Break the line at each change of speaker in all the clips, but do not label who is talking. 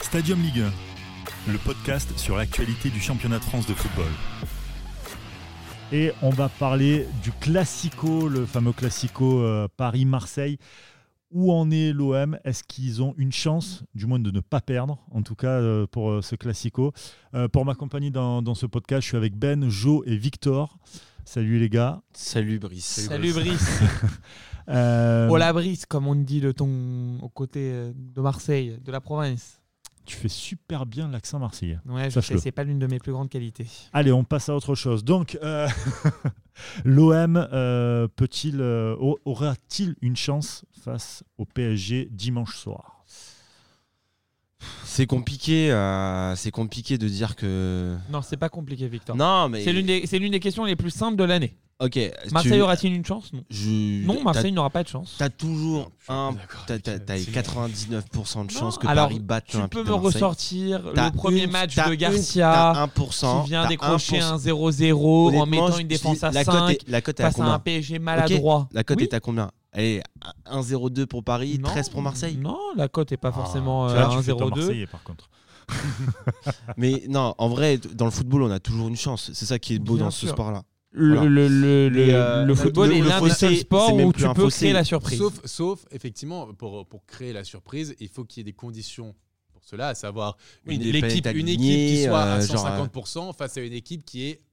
Stadium Ligue 1, le podcast sur l'actualité du championnat de France de football.
Et on va parler du Classico, le fameux Classico Paris-Marseille. Où en est l'OM ? Est-ce qu'ils ont une chance, du moins de ne pas perdre, en tout cas pour ce Classico ? Pour m'accompagner dans ce podcast, je suis avec Ben, Jo et Victor. Salut les gars.
Salut Brice.
Salut Brice. Hola Brice, comme on dit de ton aux côtés de Marseille, de la province.
Tu fais super bien l'accent marseillais.
Ouais, je sais, c'est pas l'une de mes plus grandes qualités.
Allez, on passe à autre chose. Donc, l'OM aura-t-il une chance face au PSG dimanche soir ?
C'est compliqué de dire que.
Non, c'est pas compliqué, Victor.
Non, mais.
C'est l'une des questions les plus simples de l'année.
Ok.
Marseille aura-t-il une chance ? Non.
Non,
Marseille n'aura pas de chance.
T'as toujours t'as 99% de chance que
alors,
Paris batte l'Olympique de Marseille.
Tu peux me ressortir le premier match de
Garcia
qui vient décrocher un 0-0 en mettant une défense à 5 face à un PSG maladroit.
Okay. La cote est à combien ? Allez, 1-0-2 pour Paris, 13 pour Marseille.
Non, la cote n'est pas forcément
1-0-2. Marseille, par contre.
Mais non, en vrai, dans le football, on a toujours une chance. C'est ça qui est beau dans ce sport-là.
Le football est l'un des seuls sports où tu peux créer la surprise.
Sauf effectivement, pour créer la surprise, il faut qu'il y ait des conditions pour cela, à savoir une équipe qui soit à 150% face à une équipe qui est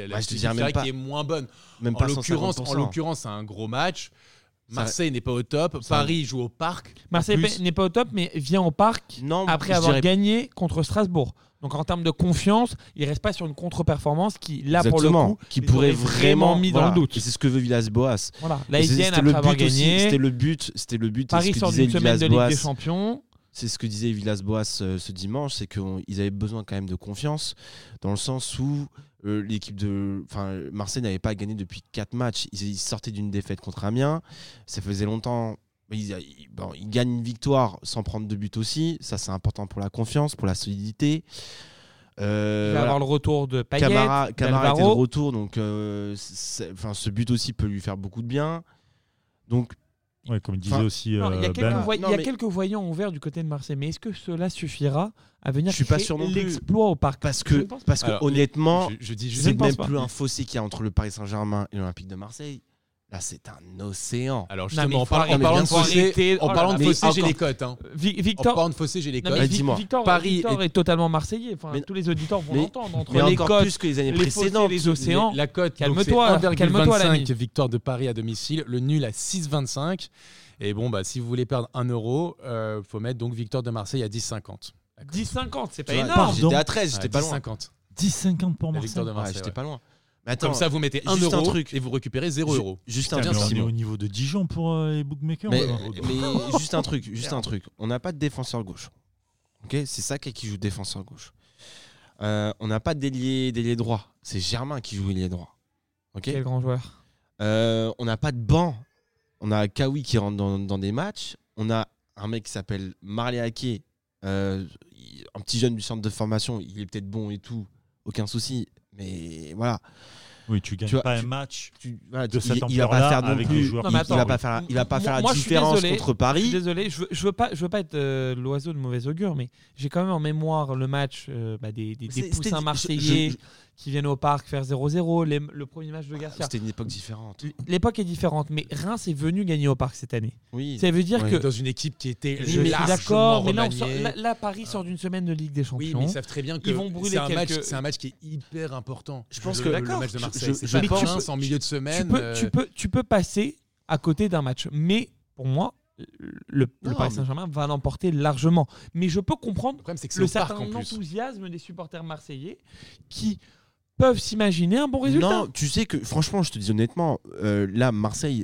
moins bonne. En l'occurrence, c'est un gros match. Marseille n'est pas au top. Paris joue au Parc.
Marseille n'est pas au top, mais vient au Parc après avoir gagné contre Strasbourg. Donc en termes de confiance, il reste pas sur une contre-performance qui, là pour le coup,
qui pourrait vraiment
mis dans le doute.
Et c'est ce que veut Villas-Boas.
Voilà. Là, ils viennent après avoir gagné.
C'était le but.
Paris sort d'une semaine de Ligue des Champions.
C'est ce que disait Villas-Boas ce dimanche, c'est qu'ils avaient besoin quand même de confiance, dans le sens où Marseille n'avait pas gagné depuis 4 matchs. Ils sortaient d'une défaite contre Amiens. Ça faisait longtemps. Ils gagnent une victoire sans prendre de but aussi. Ça, c'est important pour la confiance, pour la solidité.
Il va avoir le retour de Payet.
Camara était de retour, donc ce but aussi peut lui faire beaucoup de bien. Donc,
ouais, comme disait aussi
il y a quelques voyants ouverts du côté de Marseille, mais est-ce que cela suffira à venir créer l'exploit au Parc ?
Parce que honnêtement, c'est même plus un fossé qu'il y a entre le Paris Saint-Germain et l'Olympique de Marseille. Là, c'est un océan.
Alors justement, en parlant de fossé, j'ai les cotes.
Victor,
en parlant de fossé, j'ai les cotes.
Victor est totalement marseillais. Tous les auditeurs vont l'entendre. Entre les
encore
cotes,
plus que les années précédentes,
les océans.
La cote,
calme-toi,
c'est 1,25 victoire de Paris à domicile. Le nul à 6,25. Et bon, si vous voulez perdre 1 euro, faut mettre donc victoire de Marseille à 10,50.
10,50, c'est pas énorme.
J'étais à 13, j'étais pas loin.
10,50 pour Marseille.
Victoire de Marseille,
j'étais pas loin. Mais
attends, comme ça, vous mettez 1 euro et vous récupérez 0 euros.
Juste
on est au niveau de Dijon pour les bookmakers.
Mais juste un truc. On n'a pas de défenseur gauche. Okay, c'est Saka qui joue défenseur gauche. On n'a pas d'ailier droit. C'est Germain qui joue ailier droit. Okay.
Quel grand joueur.
On n'a pas de banc. On a Kawi qui rentre dans des matchs. On a un mec qui s'appelle Marley Ake, un petit jeune du centre de formation. Il est peut-être bon et tout, aucun souci. Mais voilà.
Oui, tu gagnes pas un match de cette
il va pas faire non
avec
plus.
des joueurs.
Il va pas faire la différence contre Paris.
Je suis désolé, je veux pas être l'oiseau de mauvais augure, mais j'ai quand même en mémoire le match des poussins marseillais qui viennent au Parc faire 0-0, le premier match de Garcia.
C'était une époque différente.
L'époque est différente, mais Reims est venu gagner au Parc cette année.
Oui.
Ça veut dire que
dans une équipe qui était
d'accord, mais là Paris sort d'une semaine de Ligue des Champions.
Oui, mais ils savent très bien que c'est un match qui est hyper important.
Je pense que
le match de Marseille, c'est pas Reims en milieu de semaine.
Tu peux passer à côté d'un match, mais pour moi, le Paris Saint-Germain va l'emporter largement. Mais je peux comprendre le certain enthousiasme des supporters marseillais qui peuvent s'imaginer un bon résultat.
Non, tu sais que franchement, je te dis honnêtement, là Marseille,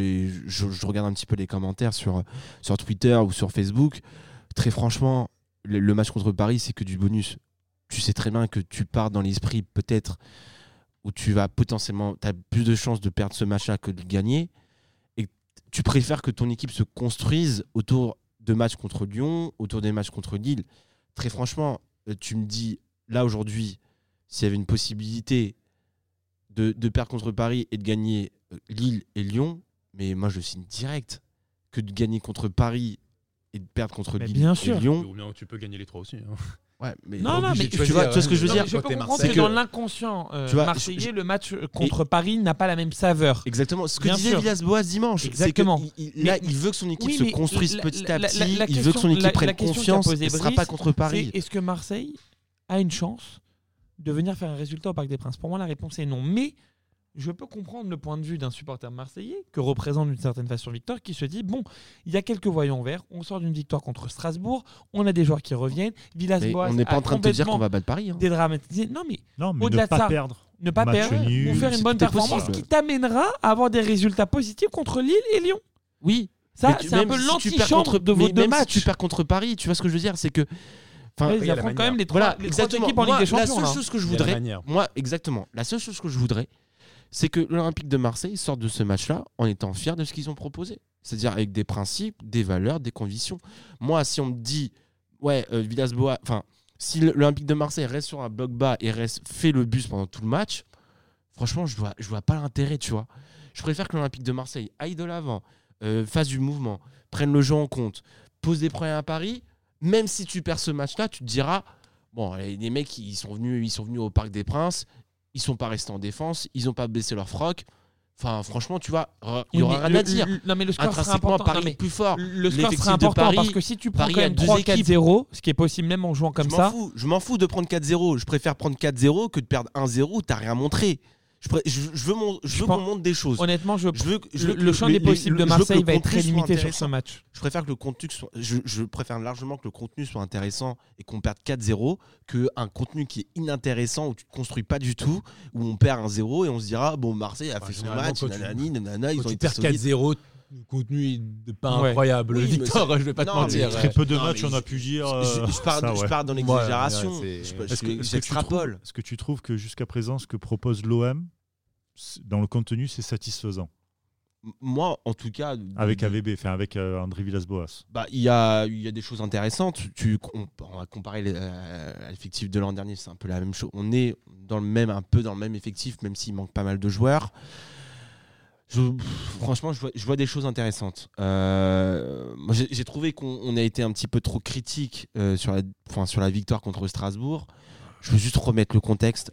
je regarde un petit peu les commentaires sur Twitter ou sur Facebook. Très franchement, le match contre Paris, c'est que du bonus. Tu sais très bien que tu pars dans l'esprit peut-être où tu as plus de chances de perdre ce match-là que de le gagner. Et tu préfères que ton équipe se construise autour de matchs contre Lyon, autour des matchs contre Lille. Très franchement, tu me dis, là aujourd'hui, s'il y avait une possibilité de perdre contre Paris et de gagner Lille et Lyon, mais moi je signe direct. Que de gagner contre Paris et de perdre contre
mais
Lille
bien
et
sûr.
Lyon.
Ou bien tu peux gagner les 3 aussi.
Ouais, mais
non, mais
tu vois ce que je veux dire.
Je peux comprendre que dans l'inconscient marseillais, le match contre Paris n'a pas la même saveur.
Exactement. Ce que disait Villas-Boas dimanche,
exactement.
C'est que là, il veut que son équipe se construise petit à petit. Il veut que son équipe prenne confiance. Il ne sera pas contre Paris.
Est-ce que Marseille a une chance de venir faire un résultat au Parc des Princes? Pour moi, la réponse est non. Mais je peux comprendre le point de vue d'un supporter marseillais que représente d'une certaine façon Victor, qui se dit bon, il y a quelques voyants verts, on sort d'une victoire contre Strasbourg, on a des joueurs qui reviennent, Villas-Boas
on n'est pas en train de te dire qu'on va battre Paris.
Dédramatisé. Non mais
au-delà
de ça, ne pas perdre, ou faire une bonne performance qui t'amènera à avoir des résultats positifs contre Lille et Lyon.
Oui.
Ça, c'est un peu l'antichambre de vos deux matchs.
Si tu perds contre Paris, tu vois ce que je veux dire, c'est que
ils affrontent quand même les trois équipes en Ligue des Champions.
La seule chose que je voudrais, la seule chose que je voudrais, c'est que l'Olympique de Marseille sorte de ce match-là en étant fier de ce qu'ils ont proposé. C'est-à-dire avec des principes, des valeurs, des convictions. Moi, si on me dit, Villas-Boas, si l'Olympique de Marseille reste sur un bloc bas et fait le bus pendant tout le match, franchement, je vois pas l'intérêt, tu vois. Je préfère que l'Olympique de Marseille aille de l'avant, fasse du mouvement, prenne le jeu en compte, pose des problèmes à Paris. Même si tu perds ce match-là, tu te diras, bon, les mecs, ils sont venus au Parc des Princes, ils sont pas restés en défense, ils ont pas baissé leur froc. Enfin, franchement, tu vois, il y aura rien à dire.
Non, mais le score sera important.
Paris est plus fort.
Le score sera important parce que si tu prends quand même 3-4-0, ce qui est possible même en jouant comme ça.
Je m'en fous de prendre 4-0. Je préfère prendre 4-0 que de perdre 1-0 où t'as rien montré. Je veux qu'on montre des choses.
Honnêtement, le champ des possibles de Marseille va être très limité sur ce match.
Je préfère que le contenu je préfère largement que le contenu soit intéressant et qu'on perde 4-0 qu'un contenu qui est inintéressant où tu ne construis pas du tout, où on perd 1-0 et on se dira bon, Marseille a fait son match, nanana, ils ont été solides.
4-0. Le contenu n'est pas incroyable. Oui, Victor, je vais pas te mentir.
Très peu de matchs, on a pu dire.
Je pars dans l'exagération. J'extrapole.
Est-ce que tu trouves que jusqu'à présent, ce que propose l'OM, dans le contenu, c'est satisfaisant?
Moi, en tout cas.
Avec AVB, avec André Villas-Boas.
Il y a des choses intéressantes. On va comparer l'effectif de l'an dernier, c'est un peu la même chose. On est un peu dans le même effectif, même s'il manque pas mal de joueurs. Franchement, je vois des choses intéressantes. Moi, j'ai trouvé qu'on a été un petit peu trop critique sur la victoire contre Strasbourg. Je veux juste remettre le contexte.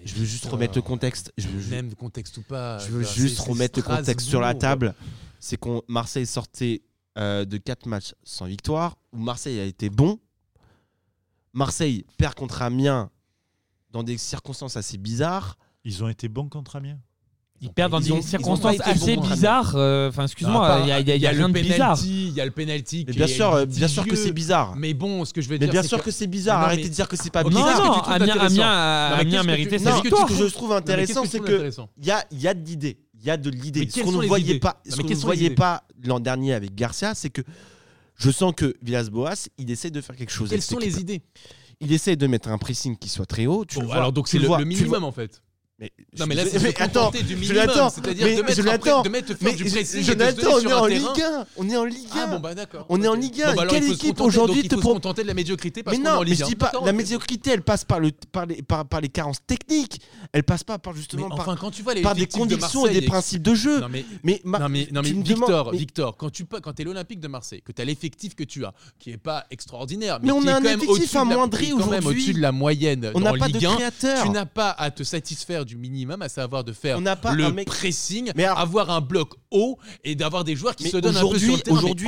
Même contexte ou pas.
Je veux juste remettre le contexte sur la table. C'est qu'on Marseille sortait de 4 matchs sans victoire, où Marseille a été bon. Marseille perd contre Amiens dans des circonstances assez bizarres.
Ils ont été bons contre Amiens.
Ils perdent dans des circonstances assez bizarres. Excuse-moi, il y a rien de bizarre.
Il y a le penalty.
Bien sûr que c'est bizarre.
Mais bon, ce que je veux dire.
Mais bien sûr que c'est bizarre. Arrêtez de dire que c'est pas bizarre.
Non, Amiens méritait sa victoire.
Ce que je trouve intéressant, c'est que il y a de l'idée. Il y a de l'idée. Ce qu'on ne voyait pas l'an dernier avec Garcia, c'est que je sens que Villas-Boas, il essaie de faire quelque chose.
Quelles sont les idées?
Il essaie de mettre un pressing qui soit très haut.
Alors donc c'est le minimum en fait. Mais là, c'est
attends,
du minimum, c'est-à-dire de mettre faire du pressing et de se donner sur un terrain.
On est en Ligue 1.
Ah bon bah d'accord.
On est en Ligue 1. Quelle équipe aujourd'hui
te peut se contenter de la médiocrité parce qu'on est en Ligue 1?
Mais je dis pas la médiocrité, elle passe par les carences techniques. Elle passe pas par justement par des convictions et des principes de jeu.
Non mais Victor, quand tu es l'Olympique de Marseille, que tu as l'effectif que tu as, qui est pas extraordinaire,
mais on a un effectif amoindri aujourd'hui,
au-dessus de la moyenne
en
Ligue 1, tu n'as pas à te satisfaire du minimum, à savoir de faire le pressing, avoir un bloc haut et d'avoir des joueurs qui se donnent un peu sur le terrain.
Aujourd'hui,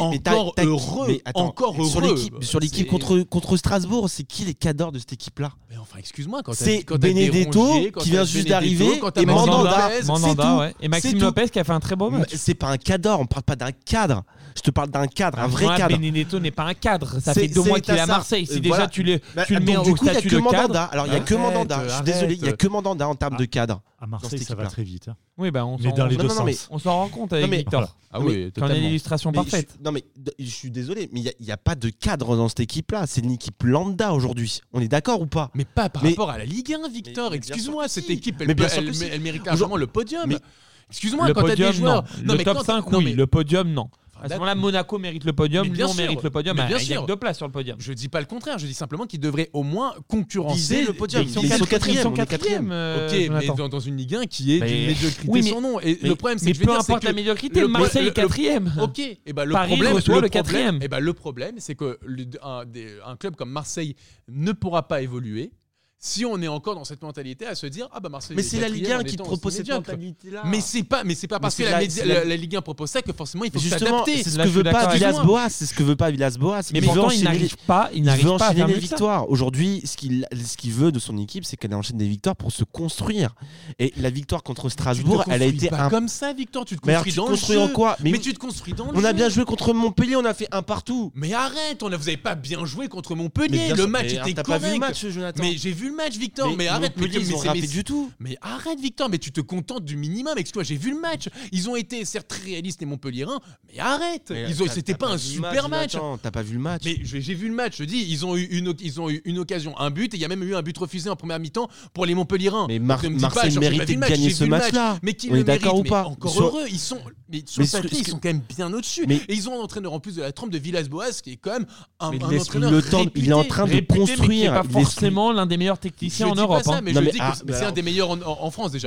encore heureux.
Sur l'équipe contre Strasbourg, c'est qui les cadors de cette équipe-là?
Mais enfin, excuse-moi,
c'est Benedetto qui vient juste d'arriver et Mandanda,
et Maxime Lopez qui a fait un très beau match.
C'est pas un cadre, on parle pas d'un cadre. Je te parle d'un cadre, un vrai cadre.
Benedetto n'est pas un cadre. Ça fait 2 mois qu'il est à Marseille. Si déjà tu le mets au statut de cadre.
Alors il y a que Mandanda. Je suis désolé, il y a que Mandanda en termes de cadre.
À Marseille, ça va très vite.
Oui, mais
dans les deux sens.
On s'en rend compte avec Victor.
Ah oui,
totalement. Quand on a l'illustration parfaite.
Non mais je suis désolé, mais il n'y a pas de cadre dans cette équipe-là. C'est une équipe lambda aujourd'hui. On est d'accord ou pas?
Mais pas par rapport à la Ligue 1, Victor. Excuse-moi, cette équipe, elle mérite largement le podium. Excuse-moi, quand tu as des joueurs.
Le top 5, oui. Le podium, non. À ce moment-là, Monaco mérite le podium, Lyon mérite le podium. Il y a 2 places sur le podium.
Je dis pas le contraire, je dis simplement qu'ils devraient au moins concurrencer
le podium.
Ils sont 4e.
Ok, mais dans une Ligue 1 qui est d'une médiocrité sans nom. Et le problème, c'est que
peu importe la médiocrité, Marseille est 4e.
Ok, et bah
Paris reçoit le 4e.
Et bah le problème, c'est que un club comme Marseille ne pourra pas évoluer si on est encore dans cette mentalité à se dire Marseille.
Mais c'est la Ligue 1 qui te propose cette mentalité-là.
Mais c'est pas parce que la Ligue 1 propose ça que forcément il faut s'adapter.
C'est ce que veut pas Villas-Boas. C'est ce que veut pas Villas-Boas.
Mais pourtant il n'arrive pas à
enchaîner les victoires. Aujourd'hui, ce qu'il veut de son équipe, c'est qu'elle enchaîne des victoires pour se construire. Et la victoire contre Strasbourg, elle a été
comme ça, Victor. Tu te construis dans le jeu.
En quoi ?
Mais tu te construis dans le jeu.
On a bien joué contre Montpellier, on a fait 1 partout.
Mais arrête, vous avez pas bien joué contre Montpellier. Le match était correct.
T'as pas vu le match, Jonathan ?
Mais j'ai vu le match, Victor. Mais arrête,
du tout.
Mais arrête, Victor, mais tu te contentes du minimum. Excuse-moi, j'ai vu le match. Ils ont été certes très réalistes les Montpelliérains, mais arrête. C'était pas un super match.
T'as pas vu le match.
Mais j'ai vu le match. Je dis, ils ont eu une occasion, un but, et il y a même eu un but refusé en première mi-temps pour les Montpelliérains.
Mais Marseille méritait de gagner ce match-là.
Mais qui le mérite ou pas ? Encore heureux. Ils sont quand même bien au-dessus. Et ils ont un entraîneur en plus de la trempe de Villas-Boas qui est quand même un entraîneur réputé.
Il est en train de construire.
Pas forcément l'un des meilleurs techniciens en Europe.
Mais je dis que c'est un des meilleurs en France déjà.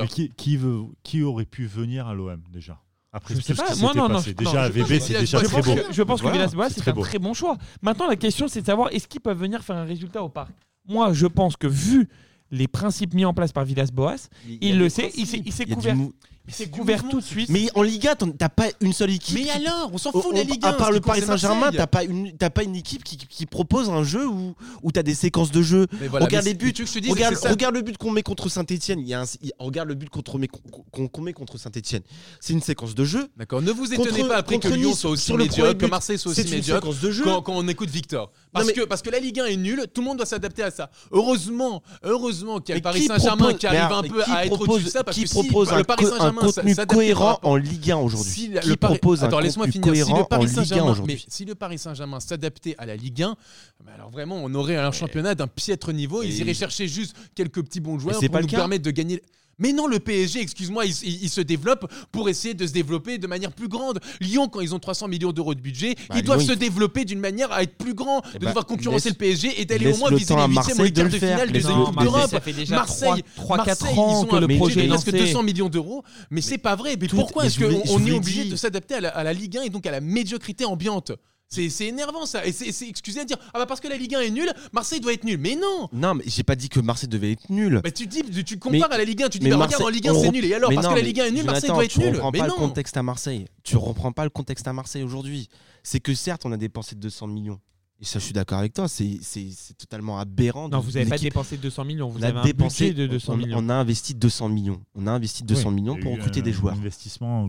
Qui aurait pu venir à l'OM déjà après
je
tout
sais
ce
pas.
qui
Moi,
s'était passé. Déjà, VB, c'est déjà très beau.
Je pense que Villas-Boas, c'est un très bon choix. Maintenant, la question, c'est de savoir est-ce qu'ils peuvent venir faire un résultat au parc. Moi, je pense que vu les principes mis en place par Villas-Boas, il le sait, il s'est couvert. Il s'est couvert tout de suite.
Mais en Liga, t'as pas une seule équipe.
Mais alors, on s'en fout de la Liga.
À part le Paris Saint-Germain, t'as pas une équipe qui propose un jeu où t'as des séquences de jeu. Regarde les buts. Regarde le but qu'on met contre Saint-Etienne. Regarde le but qu'on met contre Saint-Etienne. C'est une séquence de jeu.
D'accord. Ne vous étonnez pas après que Lyon soit aussi médiocre, que Marseille soit aussi médiocre quand on écoute Victor. Parce que la Ligue 1 est nulle, tout le monde doit s'adapter à ça. Heureusement qu'il y a le Paris Saint-Germain qui arrive un peu à être au-dessus de ça. Parce que si le Paris Saint-Germain
un contenu cohérent en Ligue 1 aujourd'hui. Qui propose un contenu cohérent en Ligue 1 aujourd'hui.
Si le Paris Saint-Germain s'adaptait à la Ligue 1, alors vraiment, on aurait un championnat d'un piètre niveau. Ils iraient chercher juste quelques petits bons joueurs pour nous permettre de gagner. Mais non, le PSG, excuse-moi, il se développe pour essayer de se développer de manière plus grande. Lyon, quand ils ont 300 millions d'euros de budget, ils doivent se développer d'une manière à être plus grands, de devoir concurrencer le PSG et d'aller au moins viser les 8e ou les quarts de finale de Coupe d'Europe.
Ça fait déjà
Marseille,
3-4 ans que le projet est lancé.
Presque 200 millions d'euros, mais c'est pas vrai. Mais pourquoi est-ce qu'on est obligé de s'adapter à la Ligue 1 et donc à la médiocrité ambiante ? C'est énervant ça, et c'est excusé à dire parce que la Ligue 1 est nulle, Marseille doit être nul. Mais non.
Non, mais j'ai pas dit que Marseille devait être nul.
Mais tu compares à la Ligue 1, tu dis regarde en Ligue 1 c'est nul, et alors parce que la Ligue 1 est nulle, Marseille doit être nul.
Tu reprends pas le contexte à Marseille. Tu reprends pas le contexte à Marseille aujourd'hui. C'est que certes on a dépensé 200 millions. Et ça, je suis d'accord avec toi, c'est totalement aberrant.
Non, vous n'avez pas dépensé 200 millions, vous avez un budget de 200 millions.
On a investi 200 millions. On a investi 200 millions pour recruter des joueurs.
Investissement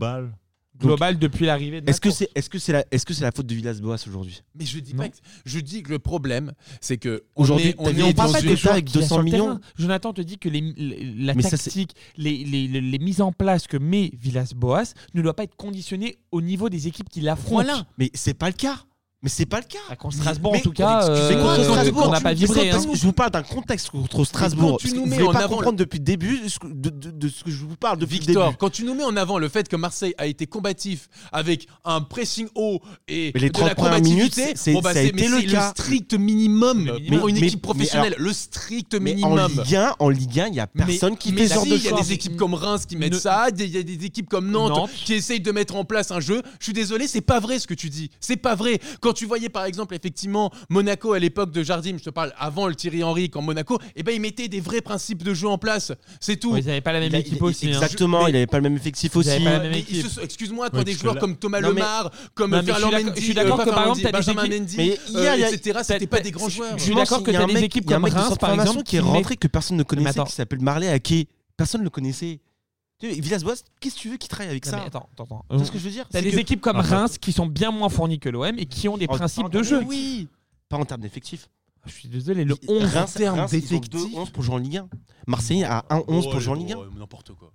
global
depuis l'arrivée de
Est-ce que c'est la faute de Villas-Boas aujourd'hui ?
Mais je dis pas que, je dis que le problème c'est que
aujourd'hui
on est
pas des joueurs avec 200 millions.
Jonathan te dit que la tactique, les mises en place que met Villas-Boas ne doit pas être conditionnée au niveau des équipes qui l'affrontent.
Voilà. Mais c'est pas le cas. Mais c'est pas le cas.
Contre Strasbourg, en tout cas, on n'a pas vibré.
Je vous parle d'un contexte contre Strasbourg. Vous ne voulez pas comprendre depuis le début de ce que je vous parle depuis
Victor,
le début.
Quand tu nous mets en avant le fait que Marseille a été combatif avec un pressing haut et
les 30 premières minutes, c'est
le strict minimum pour une équipe professionnelle. Le strict minimum.
En Ligue 1, il n'y a personne qui fait ce genre de choses.
Il y a des équipes comme Reims qui mettent ça, il y a des équipes comme Nantes qui essayent de mettre en place un jeu. Je suis désolé, c'est pas vrai ce que tu dis. C'est pas vrai. Quand tu voyais par exemple effectivement Monaco à l'époque de Jardim, je te parle avant le Thierry Henry, quand Monaco, ils mettaient des vrais principes de jeu en place, c'est tout.
Ils n'avaient pas la même équipe aussi.
Exactement, il n'avait pas le même effectif aussi.
Excuse-moi, quand des joueurs comme Thomas Lemar, comme Ferland Mendy,
je suis d'accord que par exemple
Benjamin Mendy, etc. C'était pas des grands joueurs.
Je suis d'accord que tu as des équipes comme Reims par exemple
qui est rentré que personne ne connaissait, qui s'appelle Marley Ake. Personne ne le connaissait. Villas-Boas, qu'est-ce que tu veux qu'il travaille avec ça ?
Attends.
C'est ce que je veux dire.
T'as des équipes comme Reims qui sont bien moins fournies que l'OM et qui ont des principes de jeu.
Oui. Pas en termes d'effectifs.
Je suis désolé, le 11
en termes d'effectifs. 2-11 pour jouer en Ligue 1. Marseille a 1-11 pour jouer en Ligue 1.
N'importe quoi.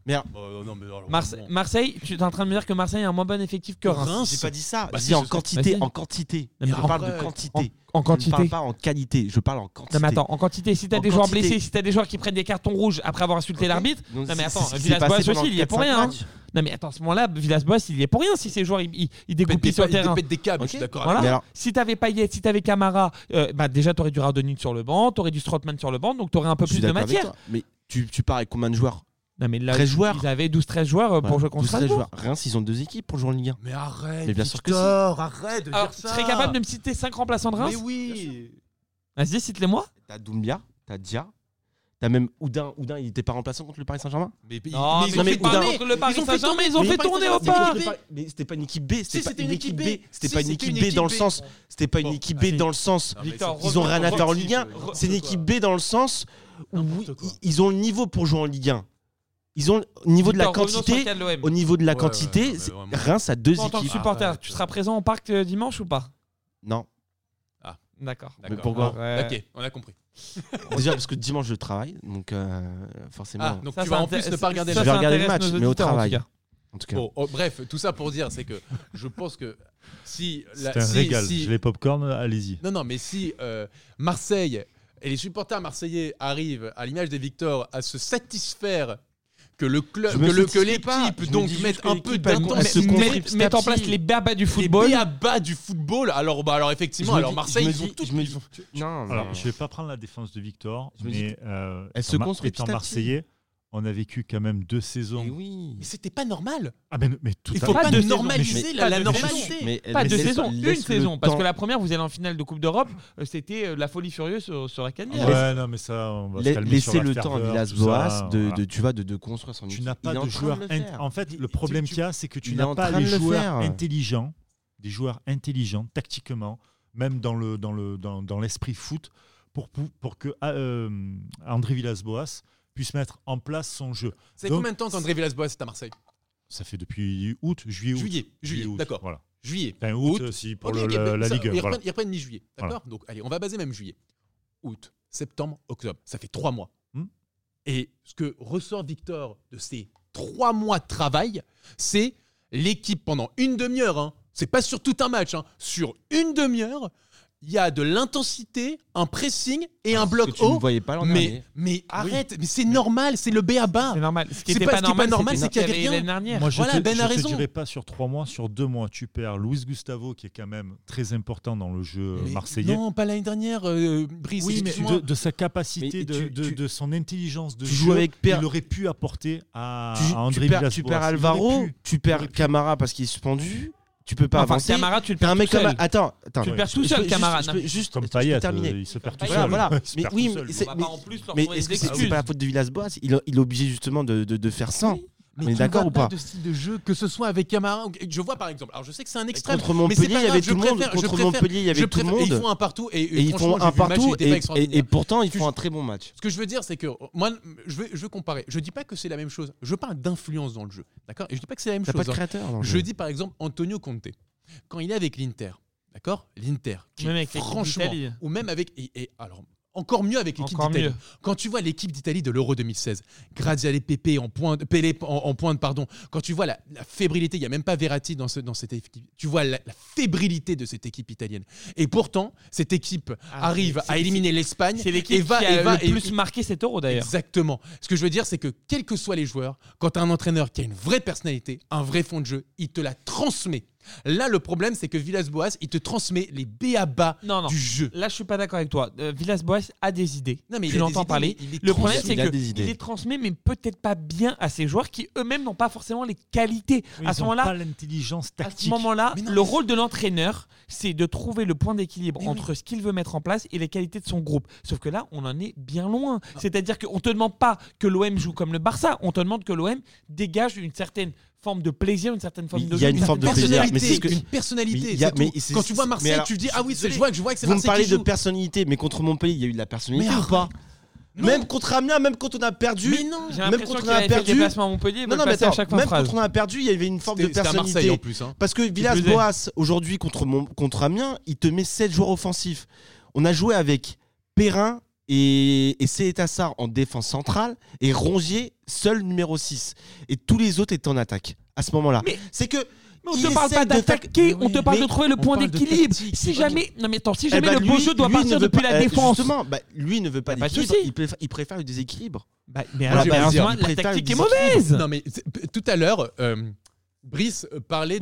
Marseille,
tu es en train de me dire que Marseille a un moins bon effectif que Reims.
J'ai pas dit ça. J'ai dit en quantité. Je parle de quantité.
En quantité.
Je parle pas en qualité, je parle en quantité.
Non mais attends, en quantité, si t'as des joueurs blessés, si t'as des joueurs qui prennent des cartons rouges après avoir insulté l'arbitre, non mais attends, Villas-Boas aussi, il y est pour rien. Non mais attends, à ce moment-là, Villas-Boas, il y est pour rien si ces joueurs ils découpent sur le terrain.
Ils pètent des câbles, je suis d'accord.
Voilà.
Alors...
Si t'avais Payet, si t'avais Camara, déjà t'aurais du Radonjic sur le banc, t'aurais du Strootman sur le banc, donc t'aurais un peu plus de matière.
Mais tu pars avec combien de joueurs?
Non mais là,
13 joueurs.
Ils avaient 12-13 joueurs pour jouer contre Strasbourg.
Reims, ils ont 2 équipes pour jouer en Ligue 1.
Mais arrête,
mais bien sûr que
arrête de dire ça.
Tu serais capable de me citer 5 remplaçants de Reims?
Mais oui.
Vas-y, cite-les-moi.
T'as Doumbia, t'as Dia, t'as même Oudin. Oudin, il était pas remplaçant contre le Paris Saint-Germain?
Mais ils ont fait tourner contre le Paris Saint-Germain, ils ont fait tourner au pas.
Mais c'était pas une équipe B,
c'était une équipe B.
C'était pas une équipe B dans le sens. C'était pas une équipe B dans le sens. Ils ont rien à faire en Ligue 1. C'est une équipe B dans le sens où ils ont le niveau pour jouer en Ligue 1. Ils ont au niveau de la quantité. Au niveau de la quantité, Reims a 2 équipes.
En tant que supporter, tu seras présent au parc dimanche ou pas?
Non.
Ah, d'accord.
Mais pourquoi?
Ok, on a compris.
Déjà parce que dimanche je travaille, donc forcément.
Ah, donc tu vas en plus ne pas regarder.
Je vais regarder le match, mais au travail.
En tout cas. Bon, bref, tout ça pour dire, c'est que je pense que si
c'est un régal. J'ai les pop-corn, allez-y.
Non, mais si Marseille et les supporters marseillais arrivent, à l'image des Victors, à se satisfaire que le club, que l'équipe donc mette un peu d'intensité,
mettre en place les béabas du football.
Les béabas du football. Alors effectivement, Marseille, ils ont tout.
Non, alors je vais pas prendre la défense de Victor, mais
elle se construit
étant Marseillais. On a vécu quand même 2 saisons.
Mais c'était pas normal.
Ah mais tout
il faut pas normaliser la normalité.
Pas 2 saisons, une saison. Parce que la première, vous allez en finale de Coupe d'Europe, c'était la folie furieuse sur Académie.
Ouais, non, mais ça, on va se calmer.
Laisser le temps à Villas-Boas de construire son équipe.
Tu n'as pas de joueurs. En fait, le problème qu'il y a, c'est que tu n'as pas les joueurs intelligents, des joueurs intelligents tactiquement, même dans l'esprit foot, pour que André Villas-Boas puisse mettre en place son jeu.
C'est combien de temps qu'André Villas-Boas est à Marseille?
Ça fait depuis juillet,
d'accord.
Voilà.
Juillet.
Enfin, août si pour la Ligue 1.
Il reprend mi-juillet, d'accord. Voilà. Donc allez, on va baser même juillet. Août, septembre, octobre, ça fait 3 mois. Et ce que ressort Victor de ces 3 mois de travail, c'est l'équipe pendant une demi-heure, c'est pas sur tout un match, sur une demi-heure, il y a de l'intensité, un pressing et un bloc haut. Mais arrête, mais c'est normal, c'est le B.A.B.A.
C'est normal. Ce qui n'était pas normal, c'est qu'il y avait rien l'année dernière.
Moi, je te dirais pas sur 3 mois, sur 2 mois, tu perds Luis Gustavo, qui est quand même très important dans le jeu marseillais.
Non, pas l'année dernière, Brice.
Oui, mais de sa capacité, de son intelligence de
jeu, il
aurait pu apporter à André Villas-Boas.
Tu perds Alvaro, tu perds Camara parce qu'il est suspendu. Tu peux pas avancer.
Camara, tu le perds tout seul.
Attends.
Tu le perds tout seul, Camara.
Juste comme Payet, il se perd tout seul.
Voilà. Mais oui, mais est-ce que c'est pas la faute de Villas-Boas? Il est obligé justement de faire ça.
Mais on est d'accord ou pas de style de jeu, que ce soit avec Camara. Je vois par exemple. Alors je sais que c'est un extrême.
Contre Montpellier, il y avait tout le monde. Contre Montpellier, il y avait tout le monde.
Ils font un partout et
ils font un partout et pourtant ils font un très bon match.
Ce que je veux dire, c'est que moi, je veux comparer. Je dis pas que c'est la même chose. Je parle d'influence dans le jeu, d'accord? Et je dis pas que c'est la même chose.
Pas de créateur dans le jeu.
Je dis par exemple Antonio Conte. Quand il est avec l'Inter, d'accord? L'Inter, franchement, ou même avec alors encore mieux avec l'équipe d'Italie. Quand tu vois l'équipe d'Italie de l'Euro 2016, Graziale Pepe en pointe, pardon. Quand tu vois la fébrilité, il y a même pas Verratti dans cette équipe. Tu vois la fébrilité de cette équipe italienne. Et pourtant, cette équipe arrive à éliminer l'Espagne.
C'est l'équipe qui a le plus marqué cet Euro d'ailleurs.
Exactement. Ce que je veux dire, c'est que quels que soient les joueurs, quand tu as un entraîneur qui a une vraie personnalité, un vrai fond de jeu, il te la transmet. Là, le problème, c'est que Villas-Boas, il te transmet les b.a.-ba du jeu.
Là, je suis pas d'accord avec toi. Villas-Boas a des idées.
Non, mais
tu l'entends parler. Le problème, c'est qu'il les transmet, mais peut-être pas bien à ses joueurs qui eux-mêmes n'ont pas forcément les qualités.
Oui, à ce moment-là, pas l'intelligence tactique.
À ce moment-là, le rôle de l'entraîneur, c'est de trouver le point d'équilibre entre ce qu'il veut mettre en place et les qualités de son groupe. Sauf que là, on en est bien loin. C'est-à-dire qu'on te demande pas que l'OM joue comme le Barça. On te demande que l'OM dégage une certaine forme de plaisir, une certaine forme de...
Il y a une forme de plaisir,
mais c'est une personnalité. Quand tu vois Marseille, tu dis ah oui, je vois que c'est Marseille.
Vous me parlez de personnalité, mais contre Montpellier, il y a eu de la personnalité ou pas? Même contre Amiens, même quand on a perdu,
même quand on a perdu,
quand on a perdu, il y avait une forme de personnalité.
En plus,
parce que Villas-Boas aujourd'hui contre Amiens, il te met 7 joueurs offensifs. On a joué avec Perrin et Sétassar en défense centrale et Rongier seul numéro 6 et tous les autres étaient en attaque à ce moment-là. C'est que
Mais on te parle pas d'attaquer, on te parle de trouver le point d'équilibre. Si jamais le beau jeu doit partir depuis la défense.
Justement, lui ne veut pas d'équilibre, il préfère le déséquilibre.
Mais alors, la tactique est mauvaise.
Non, mais tout à l'heure, Brice parlait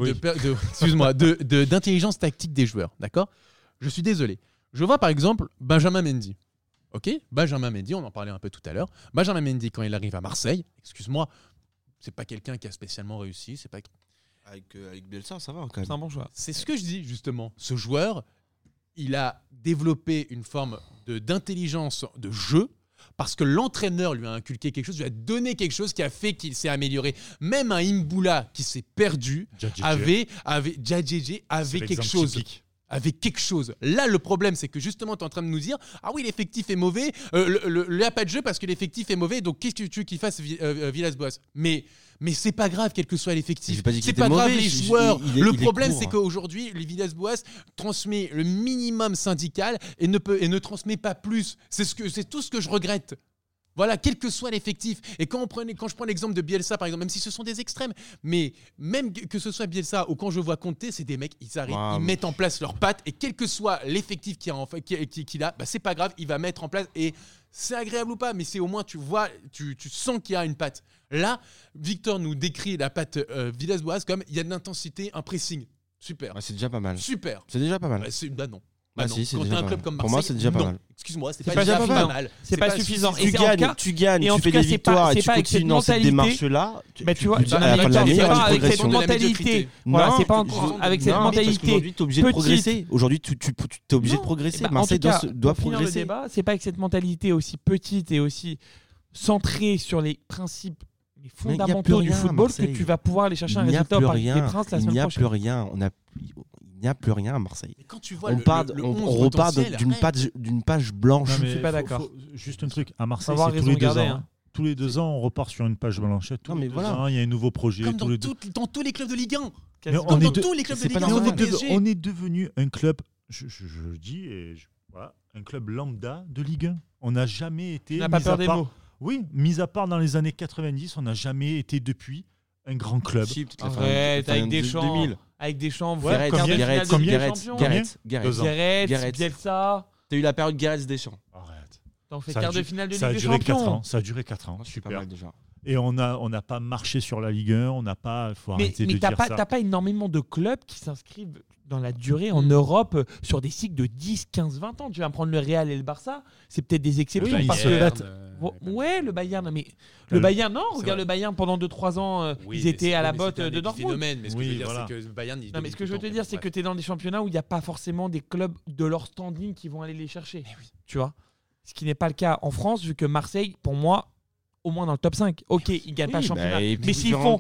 d'intelligence tactique des joueurs, d'accord ? Je suis désolé. Je vois par exemple Benjamin Mendy. Ok, Benjamin Mendy, on en parlait un peu tout à l'heure. Benjamin Mendy, quand il arrive à Marseille, excuse-moi, c'est pas quelqu'un qui a spécialement réussi. C'est pas...
Avec Bielsa, ça va quand même.
C'est un bon joueur.
C'est ce que je dis justement. Ce joueur, il a développé une forme d'intelligence de jeu parce que l'entraîneur lui a inculqué quelque chose, lui a donné quelque chose qui a fait qu'il s'est amélioré. Même un Imboula qui s'est perdu avait quelque chose. Typique. Avec quelque chose. Là, le problème, c'est que justement, tu es en train de nous dire « Ah oui, l'effectif est mauvais, il n'y a pas de jeu parce que l'effectif est mauvais, donc qu'est-ce que tu veux qu'il fasse Villas-Boas ?» Mais c'est pas grave, quel que soit l'effectif. C'est pas grave, les joueurs. Le problème, c'est qu'aujourd'hui, les Villas-Boas transmet le minimum syndical et ne transmet pas plus. C'est tout ce que je regrette. Voilà, quel que soit l'effectif. Et quand je prends l'exemple de Bielsa, par exemple, même si ce sont des extrêmes, mais même que ce soit Bielsa ou quand je vois Conte, c'est des mecs, ils arrivent, ils mettent en place leurs pattes et quel que soit l'effectif qu'il a, c'est pas grave, il va mettre en place et c'est agréable ou pas, mais c'est au moins, tu vois, tu sens qu'il y a une patte. Là, Victor nous décrit la patte Villas-Boas comme il y a de l'intensité, un pressing. Super.
C'est déjà pas mal.
Super.
C'est déjà pas mal.
Non.
Bah non. Si,
quand tu as un club comme Marseille,
pour moi, c'est déjà pas mal.
Excuse-moi, c'est pas déjà pas mal.
C'est pas suffisant.
Tu gagnes, tu fais des victoires et tu continues dans cette démarche-là.
Tu vois, c'est pas avec cette mentalité. Voilà, c'est pas avec cette mentalité.
Aujourd'hui, tu es obligé de progresser. Aujourd'hui, tu es obligé de progresser. Marseille doit progresser.
C'est pas avec cette mentalité aussi petite et aussi centrée sur les principes fondamentaux du football que tu vas pouvoir aller chercher un résultat au Parc des Princes la semaine prochaine.
Il n'y a plus rien. Il n'y a plus rien à Marseille.
Mais quand tu vois
on repart d'une page blanche.
Je ne suis pas d'accord.
Juste un truc, à Marseille, c'est tous les 2 ans. Hein. Tous les 2 ans, on repart sur une page blanche. Tous les 2 ans, il y a un nouveau projet.
Comme dans tous les clubs de Ligue 1.
Tous les clubs de Ligue 1. On est devenu un club, je dis, un club lambda de Ligue 1. On n'a jamais été...
Tu n'as pas peur des mots.
Oui, mis à part dans les années 90, on n'a jamais été depuis un grand club.
Arrête, avec Deschamps. Avec Deschamps,
Gareth,
Bielsa.
T'as eu la période Gareth-Deschamps.
Arrête.
T'en fais quart de finale de Ligue des Champions.
Ça a duré 4 ans.
Super. Pas mal déjà.
Et on n'a pas marché sur la Ligue 1, on n'a pas... Faut arrêter de dire ça.
Mais t'as pas énormément de clubs qui s'inscrivent dans la durée en Europe sur des cycles de 10, 15, 20 ans. Tu vas prendre le Real et le Barça, c'est peut-être des exceptions.
Oui,
parce le Bayern, mais le Bayern, non, regarde le Bayern pendant 2-3 ans, ils étaient à la botte de Dortmund.
Mais ce que je veux dire, c'est que le Bayern...
Non, mais ce que je veux te dire, c'est que tu es dans des championnats où il n'y a pas forcément des clubs de leur standing qui vont aller les chercher. Tu vois, ce qui n'est pas le cas en France, vu que Marseille, pour moi, au moins dans le top 5. Ok, ils ne gagnent pas le championnat. Mais s'ils font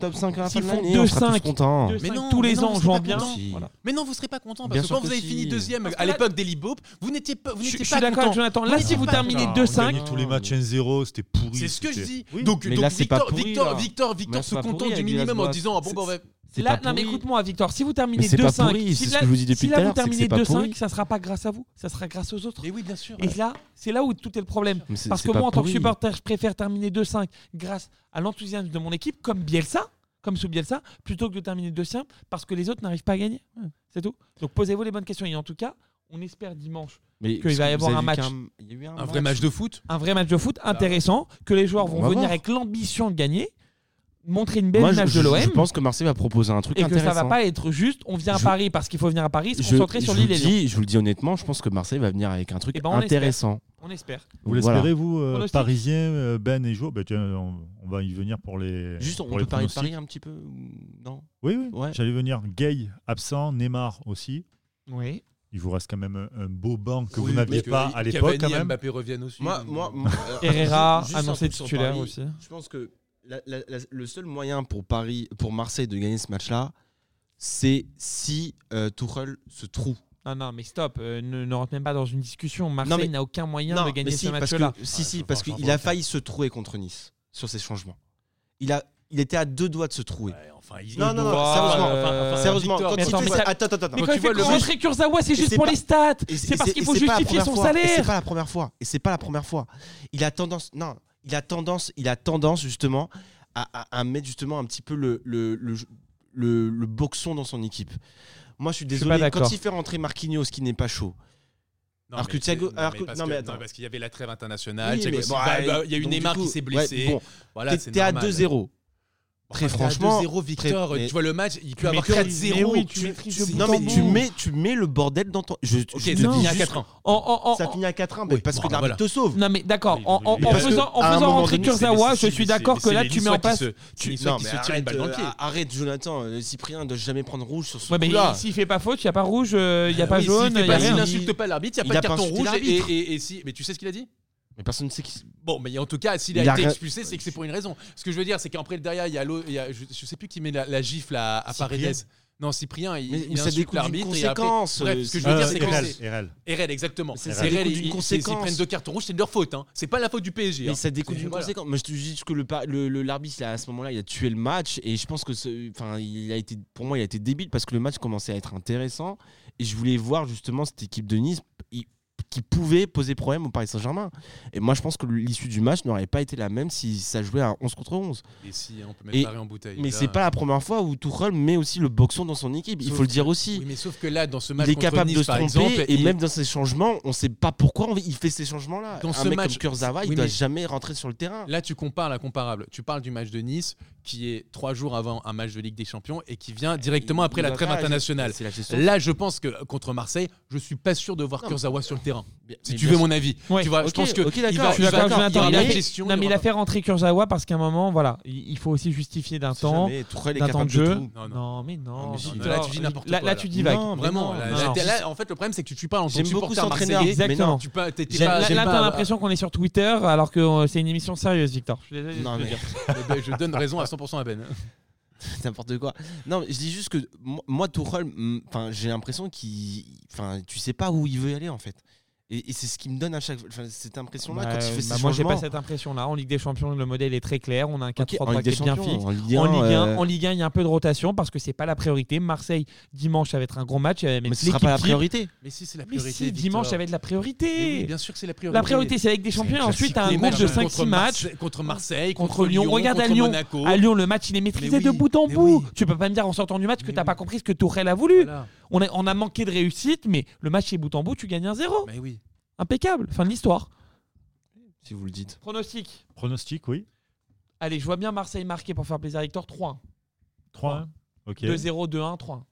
2-5 tous les ans en jouant bien.
Mais non, vous ne serez pas content parce que quand vous avez fini 2e à l'époque d'Eli Boop, vous n'étiez pas content.
Je suis d'accord avec Jonathan. Là, si vous terminez 2-5.
Tous les matchs 1-0, c'était pourri.
C'est ce que je dis.
Donc
Victor se contente du minimum en disant
non mais écoute-moi Victor, si vous terminez 2-5, si là vous terminez 2-5, ça sera pas grâce à vous, ça sera grâce aux autres.
Mais oui, bien sûr.
Et là, c'est là où tout est le problème. Parce que moi en tant que supporter, je préfère terminer 2-5 grâce à l'enthousiasme de mon équipe comme sous Bielsa, plutôt que de terminer 2-5 parce que les autres n'arrivent pas à gagner. C'est tout. Donc posez-vous les bonnes questions et en tout cas, on espère dimanche qu'il va y avoir un match.
Un vrai match de foot.
Un vrai match de foot intéressant, que les joueurs vont venir avec l'ambition de gagner. Montrer une belle image de l'OM.
Je pense que Marseille va proposer un truc intéressant.
Et que ça va pas être juste, on vient à Paris parce qu'il faut venir à Paris, se concentrer sur l'île et Lyon.
Je vous le dis honnêtement, je pense que Marseille va venir avec un truc intéressant.
On espère.
Vous l'espérez, vous, Parisiens, Ben et Jo? On va y venir pour les.
Juste, on peut parler de Paris un petit peu? Non?
Oui. J'allais venir. Gay, absent, Neymar aussi.
Oui.
Il vous reste quand même un beau banc que vous n'aviez pas à l'époque.
Cavani et Mbappé reviennent aussi.
Herrera annoncé titulaire aussi.
Je pense que le seul moyen pour Marseille de gagner ce match-là, c'est si Tuchel se trouve.
Non, mais stop, ne rentre même pas dans une discussion. Marseille n'a aucun moyen de gagner ce match-là.
Parce qu'il a failli se trouer contre Nice sur ces changements. Il était à 2 doigts de se trouer. Sérieusement. Attends.
Mais quand il fait rentrer Kurzawa, c'est juste pour les stats. C'est parce qu'il faut justifier son salaire.
Et c'est pas la première fois. Il a tendance justement à mettre justement un petit peu le boxon dans son équipe. Moi, je suis désolé, quand il fait rentrer Marquinhos qui n'est pas chaud.
Non, alors que Thiago, parce qu'il y avait la trêve internationale, il y a eu Neymar qui s'est blessé.
Ouais, bon, voilà, t'es à 2-0. Très franchement,
2-0 Victor, tu vois le match, il peut avoir 4-0.
Oui, tu mets le bordel dans ton.
Ça finit à 4-1.
Ça finit à 4-1 parce que l'arbitre te sauve.
Non mais d'accord, en faisant rentrer Kurzawa, je suis d'accord que là tu mets en place.
Non mais arrête Jonathan, Cyprien ne doit jamais prendre rouge sur ce
coup-là. Ouais mais s'il fait pas faute, il y a pas rouge, il y a pas jaune,
s'il n'insulte pas l'arbitre, il y a pas de carton rouge. Mais tu sais ce qu'il a dit ?
Mais personne ne sait qui.
Bon, mais en tout cas, s'il a été expulsé, c'est que c'est pour une raison. Ce que je veux dire, c'est qu'après derrière, il y a je sais plus qui met la gifle à Paredes. Non, Cyprien, il insulte l'arbitre.
Conséquence.
Bref, ce que je veux dire, c'est que
RL,
exactement.
Ça découle d'une conséquence.
S'ils prennent 2 cartons rouges, c'est de leur faute. C'est pas la faute du PSG.
Mais ça découle d'une conséquence. Moi, je te dis que l'arbitre, à ce moment-là, il a tué le match. Et je pense que, pour moi, il a été débile parce que le match commençait à être intéressant. Et je voulais voir justement cette équipe de Nice qui pouvait poser problème au Paris Saint-Germain. Et moi, je pense que l'issue du match n'aurait pas été la même si ça jouait à 11 contre 11.
Et si on peut mettre Paris en bouteille.
Mais c'est pas la première fois où Tuchel met aussi le boxon dans son équipe. Il faut le dire aussi.
Oui, mais sauf que là, dans ce match,
il est capable de se tromper et même dans ses changements, on ne sait pas pourquoi il fait ces changements-là. Dans ce match, comme Kurzawa, il ne doit jamais rentrer sur le terrain.
Là, tu compares l'incomparable. Tu parles du match de Nice, qui est 3 jours avant un match de Ligue des Champions et qui vient directement après la trêve internationale. Là, je pense que contre Marseille, je suis pas sûr de voir Kurzawa sur le terrain. Si tu veux mon avis, tu vois, je pense que
il a fait rentrer Kurzawa parce qu'à un moment, voilà, il faut aussi justifier d'un temps de jeu. Non, mais non.
Là, tu dis n'importe quoi.
Là, tu divagues.
Vraiment. Là, en fait, le problème, c'est que tu parles en tant que supporter marseillais.
Exactement.
Là,
t'as l'impression qu'on est sur Twitter alors que c'est une émission sérieuse, Victor. Je suis désolé de te dire.
Je donne raison à 100% à Ben.
N'importe quoi. Non, je dis juste que moi, Tuchel, j'ai l'impression tu sais pas où il veut aller en fait. Et c'est ce qui me donne à chaque fois cette impression-là quand il fait ses changements.
Moi, j'ai pas cette impression-là. En Ligue des Champions, le modèle est très clair. On a un 4-3-3 qui est bien fixe. En Ligue 1, il y a un peu de rotation parce que c'est pas la priorité. Marseille, dimanche, ça va être un gros match.
Mais ce sera pas la priorité.
Mais si, c'est la priorité.
Mais dimanche, ça va être la priorité.
Oui, bien sûr que c'est la priorité.
La priorité, c'est la Ligue des Champions. Ensuite, tu as un groupe de 5-6 matchs.
Contre Marseille,
contre Lyon. Regarde à Lyon. À Lyon, le match, il est maîtrisé de bout en bout. Tu peux pas me dire en sortant du match que t'as pas compris ce que Tuchel a voulu. On a manqué de réussite, mais le match est bout en bout, tu gagnes 1-0.
Mais oui.
Impeccable, fin de l'histoire.
Si vous le dites.
Pronostic,
oui.
Allez, je vois bien Marseille marquer pour faire plaisir à Victor. 3-1.
3-1. Ok.
2-0, 2-1, 3-1.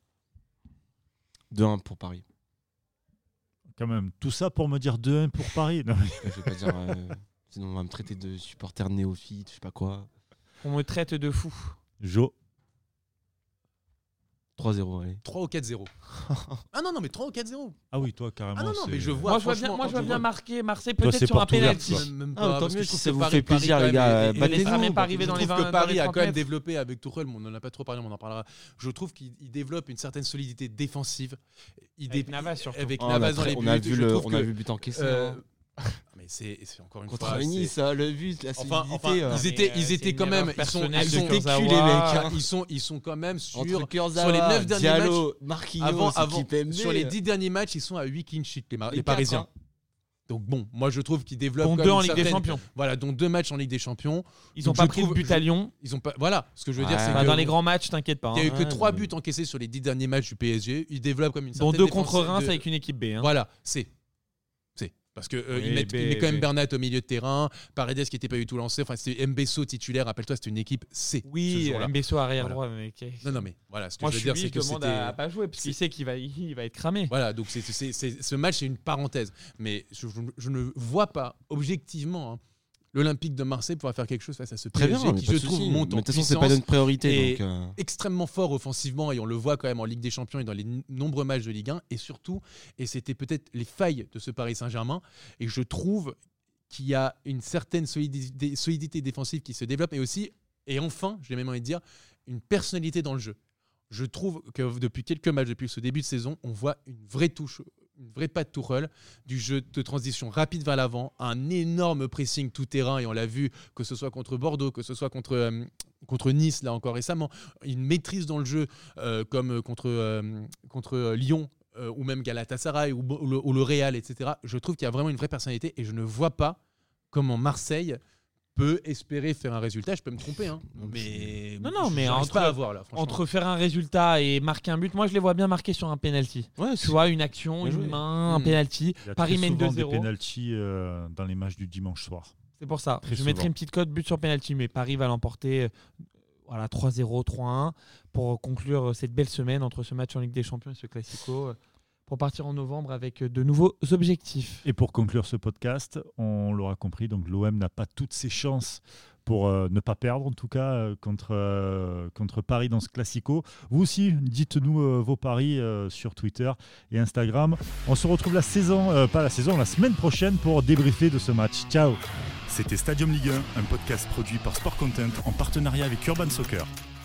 2-1 pour Paris.
Quand même, tout ça pour me dire 2-1 pour Paris. Non,
je vais pas dire. Sinon, on va me traiter de supporter néophyte, je sais pas quoi.
On me traite de fou.
Jo.
3-0, allez.
3 ou 4-0. Ah non, mais 3 ou 4-0.
Ah oui, toi, carrément.
Ah non, mais je vois.
Moi, je vois bien marquer Marseille peut-être sur un pénalty.
Tant mieux si ça vous fait plaisir, les gars.
Il ne même pas arriver dans les 20.
Je trouve que Paris a quand même développé avec Tuchel, on n'en a pas trop parlé, mais on en parlera. Je trouve qu'il développe une certaine solidité défensive.
Avec Navas, surtout.
Avec Navas dans les buts.
On a vu le but encaissé.
Mais c'est encore une
fois
contre
Nice, le but, la
solidité. Ils étaient quand même, ils sont quand même sur les 9 derniers matchs. Sur les 10 derniers matchs, ils sont à 8 clean sheets les Parisiens. Donc bon, moi je trouve qu'ils développent.
Dont 2 en Ligue des Champions.
Voilà, dont 2 matchs en Ligue des Champions.
Ils n'ont pas pris de but à Lyon.
Ils ont pas. Voilà, ce que je veux dire, c'est que
dans les grands matchs, t'inquiète pas.
Il n'y a eu que 3 buts encaissés sur les 10 derniers matchs du PSG. Ils développent comme une certaine.
Dont 2 contre Reims avec une équipe B.
Voilà, parce qu'il met quand même Bernat au milieu de terrain, Paredes qui n'était pas du tout lancé, enfin c'était Mbesso titulaire, rappelle-toi, c'était une équipe C.
Oui, Mbesso arrière droit.
Non, mais voilà, ce que je veux dire, c'est que
c'était. À pas jouer parce qu'il sait qu'il va être cramé.
Voilà, donc ce match c'est une parenthèse, mais je ne vois pas objectivement l'Olympique de Marseille pouvoir faire quelque chose face à ce PSG qui, je trouve, monte en puissance. De toute façon,
c'est pas notre priorité.
Extrêmement fort offensivement, et on le voit quand même en Ligue des Champions et dans les nombreux matchs de Ligue 1. Et surtout, et c'était peut-être les failles de ce Paris Saint-Germain, et je trouve qu'il y a une certaine solidité défensive qui se développe, et aussi, et enfin, j'ai même envie de dire, une personnalité dans le jeu. Je trouve que depuis quelques matchs, depuis ce début de saison, on voit une vraie touche, une vraie patte Tuchel, du jeu de transition rapide vers l'avant, un énorme pressing tout-terrain, et on l'a vu, que ce soit contre Bordeaux, que ce soit contre Nice, là encore récemment, une maîtrise dans le jeu, comme contre Lyon, ou même Galatasaray, ou le Real, etc. Je trouve qu'il y a vraiment une vraie personnalité, et je ne vois pas comment Marseille peux espérer faire un résultat. Je peux me tromper, hein. Mais
entre faire un résultat et marquer un but, moi je les vois bien marquer sur un penalty. Ouais, tu vois, une action, une main, un penalty. Paris mène 2-0.
Des penalties dans les matchs du dimanche soir.
C'est pour ça. Je mettrai une petite cote but sur penalty, mais Paris va l'emporter 3-0, 3-1 pour conclure cette belle semaine entre ce match en Ligue des Champions et ce Classico. Pour partir en novembre avec de nouveaux objectifs.
Et pour conclure ce podcast, on l'aura compris, donc l'OM n'a pas toutes ses chances pour ne pas perdre, en tout cas, contre Paris dans ce Classico. Vous aussi, dites-nous vos paris sur Twitter et Instagram. On se retrouve la semaine prochaine pour débriefer de ce match. Ciao.
C'était Stadium Ligue 1, un podcast produit par Sport Content en partenariat avec Urban Soccer.